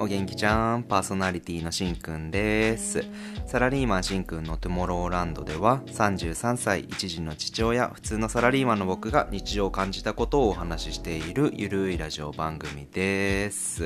お元気ちゃん、パーソナリティのしんくんです。サラリーマンしんくんのトゥモローランドでは、33歳一児の父親、普通のサラリーマンの僕が日常を感じたことをお話ししているゆるいラジオ番組です。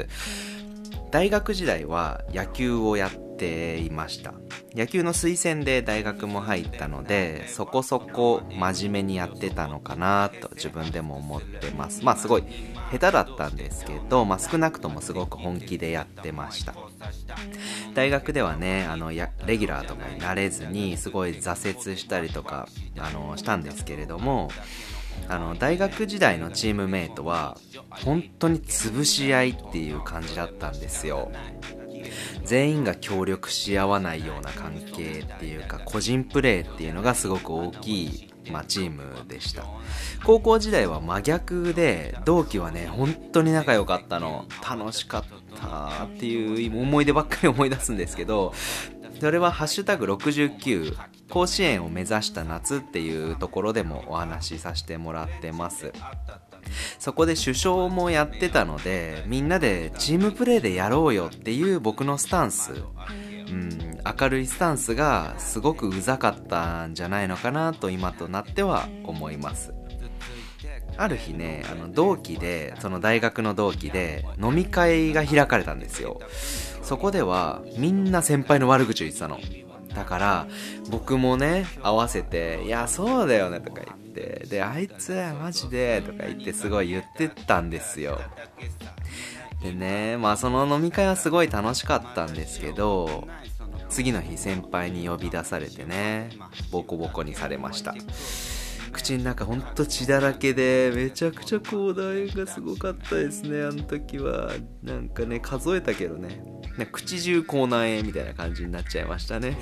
大学時代は野球をやっていました。野球の推薦で大学も入ったので、そこそこ真面目にやってたのかなと自分でも思ってます。すごい下手だったんですけど、少なくともすごく本気でやってました。大学ではね、レギュラーとかになれずにすごい挫折したりとかしたんですけれども、大学時代のチームメイトは本当に潰し合いっていう感じだったんですよ。全員が協力し合わないような関係っていうか、個人プレーっていうのがすごく大きい、チームでした。高校時代は真逆で、同期はね本当に仲良かったの。楽しかったっていう思い出ばっかり思い出すんですけど、それはハッシュタグ69甲子園を目指した夏っていうところでもお話しさせてもらってます。そこで主将もやってたので、みんなでチームプレーでやろうよっていう僕のスタンス、明るいスタンスがすごくうざかったんじゃないのかなと今となっては思います。ある日ね、その大学の同期で飲み会が開かれたんですよ。そこではみんな先輩の悪口を言ってたの。だから僕もね合わせて、いやそうだよねとか言って、であいつマジでとか言ってすごい言ってたんですよ。でね、その飲み会はすごい楽しかったんですけど、次の日先輩に呼び出されてね、ボコボコにされました。口の中ほんと血だらけで、めちゃくちゃ口内がすごかったですね。あの時はなんかね、数えたけどね、口中口内炎みたいな感じになっちゃいましたね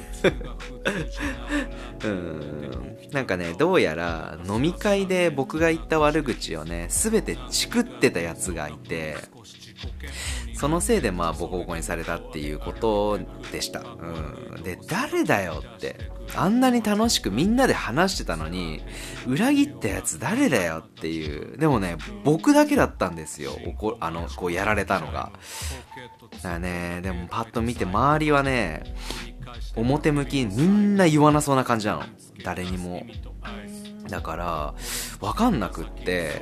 なんかね、どうやら飲み会で僕が言った悪口をね全てチクってたやつがいて、そのせいでボコボコにされたっていうことでした。で、誰だよって、あんなに楽しくみんなで話してたのに裏切ったやつ誰だよっていう。でもね、僕だけだったんですよ、こうやられたのが。だからね、でもパッと見て周りはね、表向きみんな言わなそうな感じなの、誰にも。だから分かんなくって、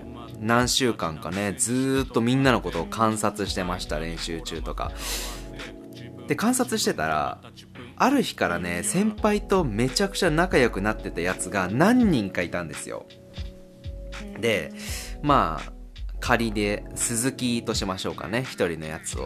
何週間かねずーっとみんなのことを観察してました、練習中とかで。観察してたら、ある日からね、先輩とめちゃくちゃ仲良くなってたやつが何人かいたんですよ。で、仮で鈴木としましょうかね、一人のやつを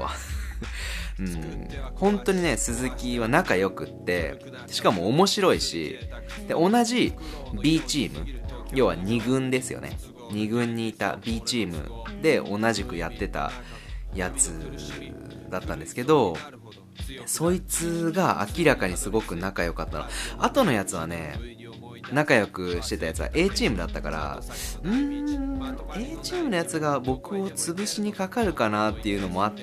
本当にね、鈴木は仲良くって、しかも面白いし、で同じ B チーム、要は2軍ですよね、2軍にいた B チームで同じくやってたやつだったんですけど、そいつが明らかにすごく仲良かったの。後のやつはね、仲良くしてたやつは A チームだったから、A チームのやつが僕を潰しにかかるかなっていうのもあって、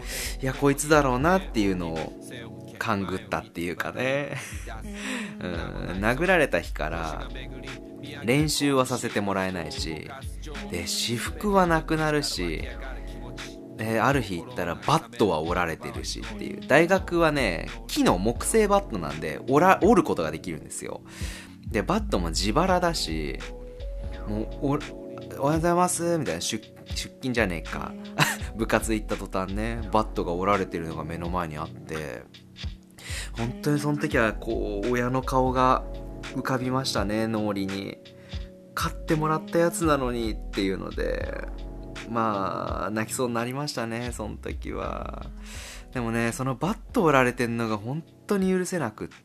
いやこいつだろうなっていうのを勘ぐったっていうかね殴られた日から練習はさせてもらえないし、で私服はなくなるし、ある日行ったらバットは折られてるしっていう。大学はね、木製バットなんで折ることができるんですよ。でバットも自腹だし、もうおはようございますみたいな、出勤じゃねえか部活行った途端ね、バットが折られてるのが目の前にあって、本当にその時はこう親の顔が浮かびましたね、脳裏に。買ってもらったやつなのにっていうので、泣きそうになりましたね、その時は。でもね、そのバット折られてんのが本当に許せなくって、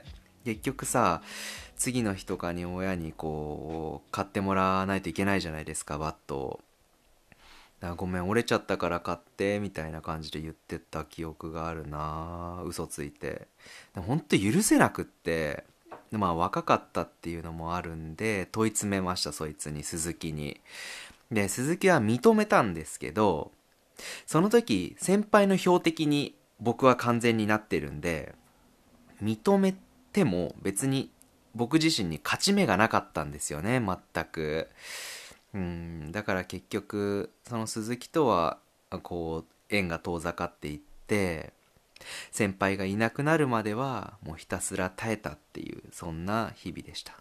結局さ、次の日とかに親にこう買ってもらわないといけないじゃないですか、バットを。だからごめん折れちゃったから買ってみたいな感じで言ってた記憶があるな、嘘ついて。でも本当許せなくって、若かったっていうのもあるんで問い詰めました、そいつに、鈴木に。で鈴木は認めたんですけど、その時先輩の標的に僕は完全になってるんで、認めても別に僕自身に勝ち目がなかったんですよね、全く。だから結局その鈴木とはこう縁が遠ざかっていって、先輩がいなくなるまではもうひたすら耐えたっていう、そんな日々でした。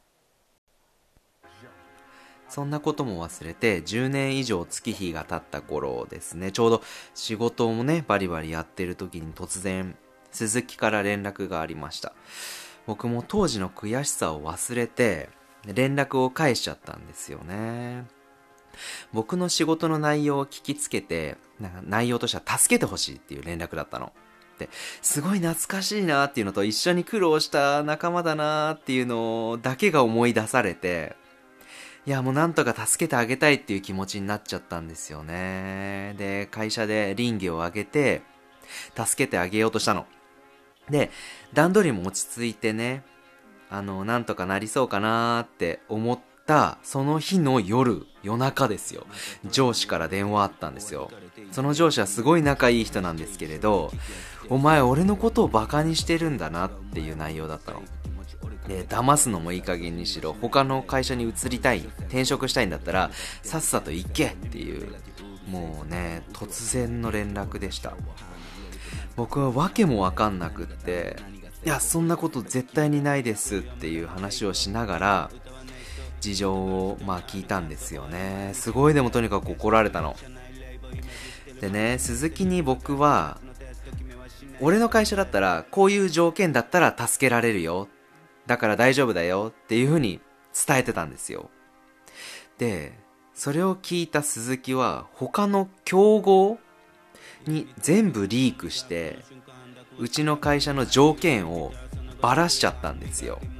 そんなことも忘れて10年以上月日が経った頃ですね、ちょうど仕事もねバリバリやってる時に突然鈴木から連絡がありました。僕も当時の悔しさを忘れて連絡を返しちゃったんですよね。僕の仕事の内容を聞きつけて、内容としては助けてほしいっていう連絡だったの。ですごい懐かしいなっていうのと、一緒に苦労した仲間だなっていうのだけが思い出されて、いやもうなんとか助けてあげたいっていう気持ちになっちゃったんですよね。で、会社で倫理を上げて助けてあげようとしたの。で、段取りも落ち着いてね、なんとかなりそうかなって思ったその日の夜中ですよ、上司から電話あったんですよ。その上司はすごい仲いい人なんですけれど、お前俺のことをバカにしてるんだなっていう内容だったので、騙すのもいい加減にしろ、他の会社に移りたい、転職したいんだったらさっさと行けっていう、もうね突然の連絡でした。僕は訳もわかんなくって、いやそんなこと絶対にないですっていう話をしながら事情を聞いたんですよね。すごい、でもとにかく怒られたのでね、鈴木に僕は俺の会社だったらこういう条件だったら助けられるよ、だから大丈夫だよっていう風に伝えてたんですよ。でそれを聞いた鈴木は他の競合に全部リークして、うちの会社の条件をバラしちゃったんですよ。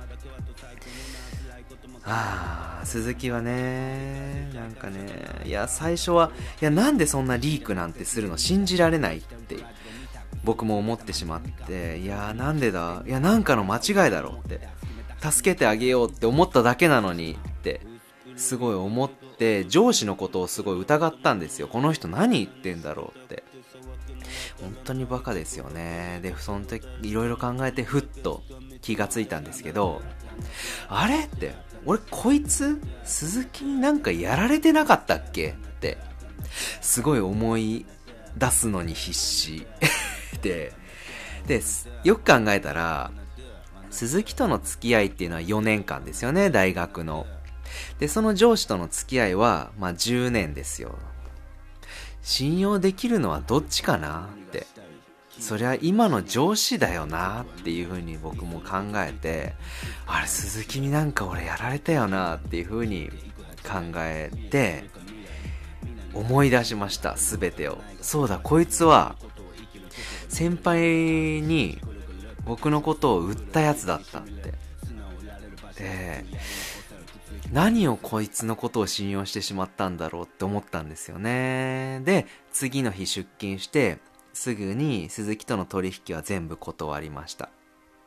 鈴木はね、なんかね、いや最初は、いやなんでそんなリークなんてするの信じられないって僕も思ってしまって、いやなんでだ、いやなんかの間違いだろうって、助けてあげようって思っただけなのにってすごい思って、上司のことをすごい疑ったんですよ。この人何言ってんだろうって、本当にバカですよね。でその時いろいろ考えてふっと気がついたんですけど、あれって、俺こいつ鈴木になんかやられてなかったっけってすごい思い出すのに必死でよく考えたら鈴木との付き合いっていうのは4年間ですよね、大学の。でその上司との付き合いは10年ですよ。信用できるのはどっちかなって、そりゃ今の上司だよなっていう風に僕も考えて、あれ鈴木になんか俺やられたよなっていう風に考えて思い出しました、全てを。そうだ、こいつは先輩に僕のことを売ったやつだったって。で何をこいつのことを信用してしまったんだろうって思ったんですよね。で次の日出勤してすぐに鈴木との取引は全部断りました。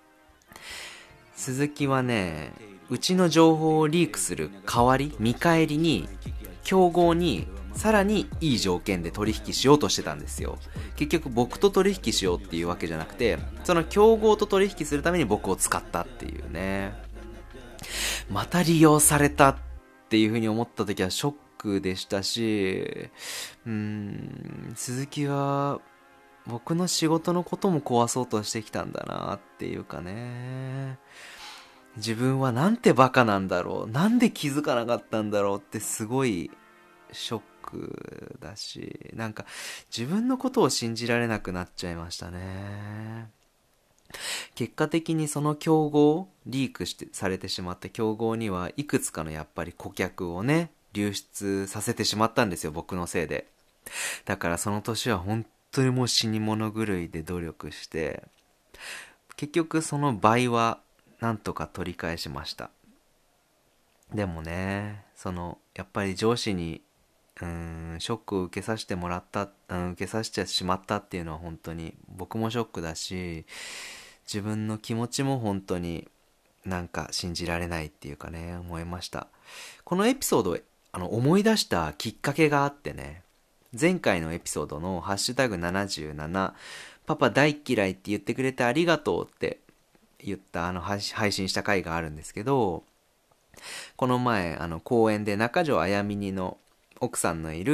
鈴木はね、うちの情報をリークする代わり、見返りに競合にさらにいい条件で取引しようとしてたんですよ。結局僕と取引しようっていうわけじゃなくて、その競合と取引するために僕を使ったっていうね。また利用されたっていう風に思った時はショックでしたし、鈴木は僕の仕事のことも壊そうとしてきたんだなっていうかね、自分はなんてバカなんだろう、なんで気づかなかったんだろうってすごいショックだし、なんか自分のことを信じられなくなっちゃいましたね。結果的にその競合、リークされてしまった競合にはいくつかのやっぱり顧客をね流出させてしまったんですよ、僕のせいで。だからその年は本当にもう死に物狂いで努力して、結局その倍はなんとか取り返しました。でもね、やっぱり上司にショックを受けさせてもらった、受けさせてしまったっていうのは本当に僕もショックだし、自分の気持ちも本当になんか信じられないっていうかね、思いました。このエピソード思い出したきっかけがあってね、前回のエピソードのハッシュタグ77、パパ大嫌いって言ってくれてありがとうって言った配信した回があるんですけど、この前公園で中条あやみにの奥さんのいる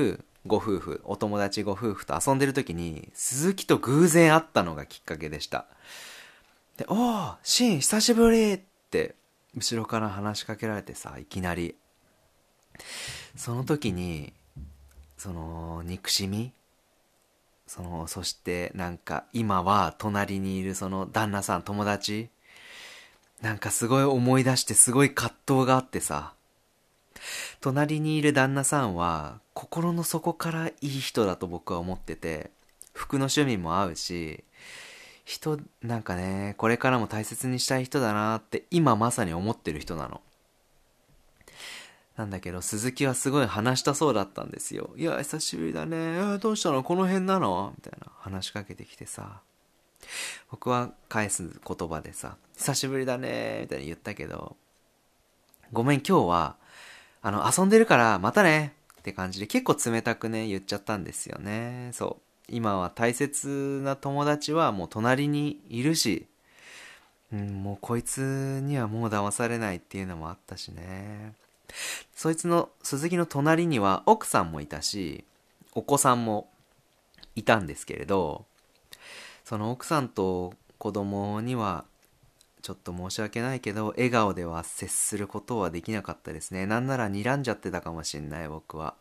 ご夫婦、お友達ご夫婦と遊んでる時に、鈴木と偶然会ったのがきっかけでした。で、おー、シン、久しぶりって、後ろから話しかけられてさ、いきなり。その時に、その、憎しみ、そしてなんか、今は隣にいるその旦那さん、友達、なんかすごい思い出してすごい葛藤があってさ、隣にいる旦那さんは心の底からいい人だと僕は思ってて、服の趣味も合うし、なんかね、これからも大切にしたい人だなって今まさに思ってる人なの。なんだけど鈴木はすごい話したそうだったんですよ。いや、久しぶりだね。どうしたの、この辺なのみたいな話しかけてきてさ、僕は返す言葉でさ、久しぶりだねみたいに言ったけど、ごめん今日は遊んでるからまたねって感じで結構冷たくね言っちゃったんですよね。そう、今は大切な友達はもう隣にいるし、もうこいつにはもう騙されないっていうのもあったしね。そいつの鈴木の隣には奥さんもいたし、お子さんもいたんですけれど、その奥さんと子供にはちょっと申し訳ないけど笑顔では接することはできなかったですね。なんなら睨んじゃってたかもしんない、僕は。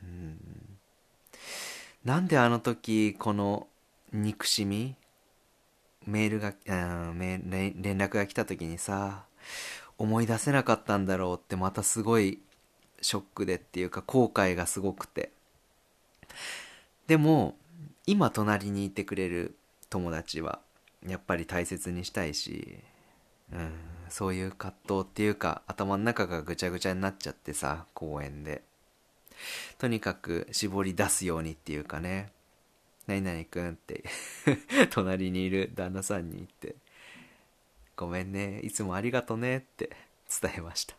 なんであの時この憎しみ、メールが、連絡が来た時にさ、思い出せなかったんだろうって、またすごいショックでっていうか後悔がすごくて。でも今隣にいてくれる友達はやっぱり大切にしたいし、そういう葛藤っていうか頭の中がぐちゃぐちゃになっちゃってさ、公園でとにかく絞り出すようにっていうかね、何々くんって隣にいる旦那さんに言って、ごめんね、いつもありがとねって伝えました。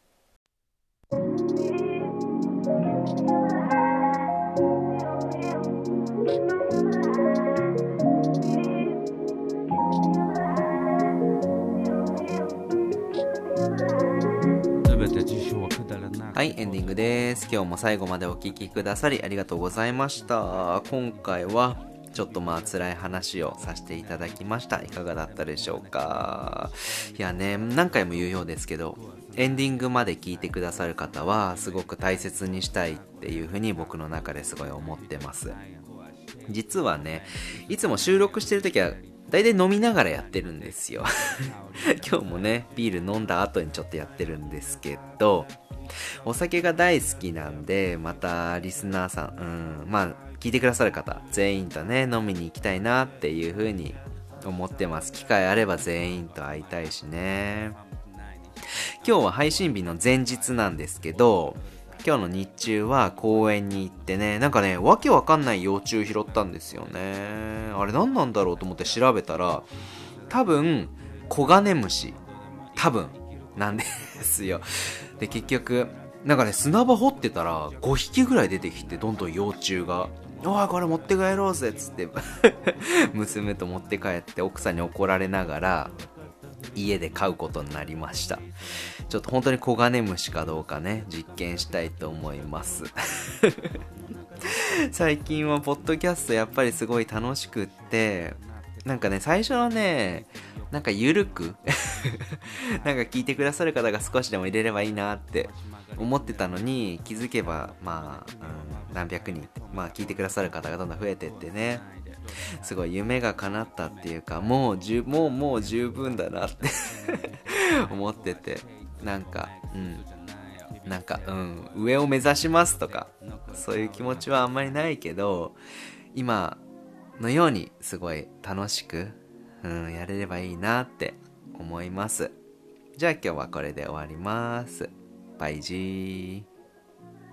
はい、エンディングです。今日も最後までお聞きくださりありがとうございました。今回はちょっと辛い話をさせていただきました。いかがだったでしょうか。いやね、何回も言うようですけど、エンディングまで聞いてくださる方はすごく大切にしたいっていう風に僕の中ですごい思ってます。実はね、いつも収録してる時は大体飲みながらやってるんですよ。今日もね、ビール飲んだ後にちょっとやってるんですけど、お酒が大好きなんで、またリスナーさん、聞いてくださる方全員とね飲みに行きたいなっていう風に思ってます。機会あれば全員と会いたいしね。今日は配信日の前日なんですけど、今日の日中は公園に行ってね、なんかね、わけわかんない幼虫拾ったんですよね。あれ何なんだろうと思って調べたら、多分コガネムシなんですよ。で結局なんかね、砂場掘ってたら5匹ぐらい出てきて、どんどん幼虫が、おいこれ持って帰ろうぜっつって娘と持って帰って奥さんに怒られながら家で飼うことになりました。ちょっと本当にコガネムシかどうかね、実験したいと思います最近はポッドキャストやっぱりすごい楽しくって、なんかね、最初はね、なんかゆるくなんか聞いてくださる方が少しでも入れればいいなって思ってたのに、気づけば何百人、聞いてくださる方がどんどん増えてってね、すごい夢が叶ったっていうか、もう十分だなって思ってて、上を目指しますとかそういう気持ちはあんまりないけど、今のようにすごい楽しく、やれればいいなって思います。じゃあ今日はこれで終わります。バイジー。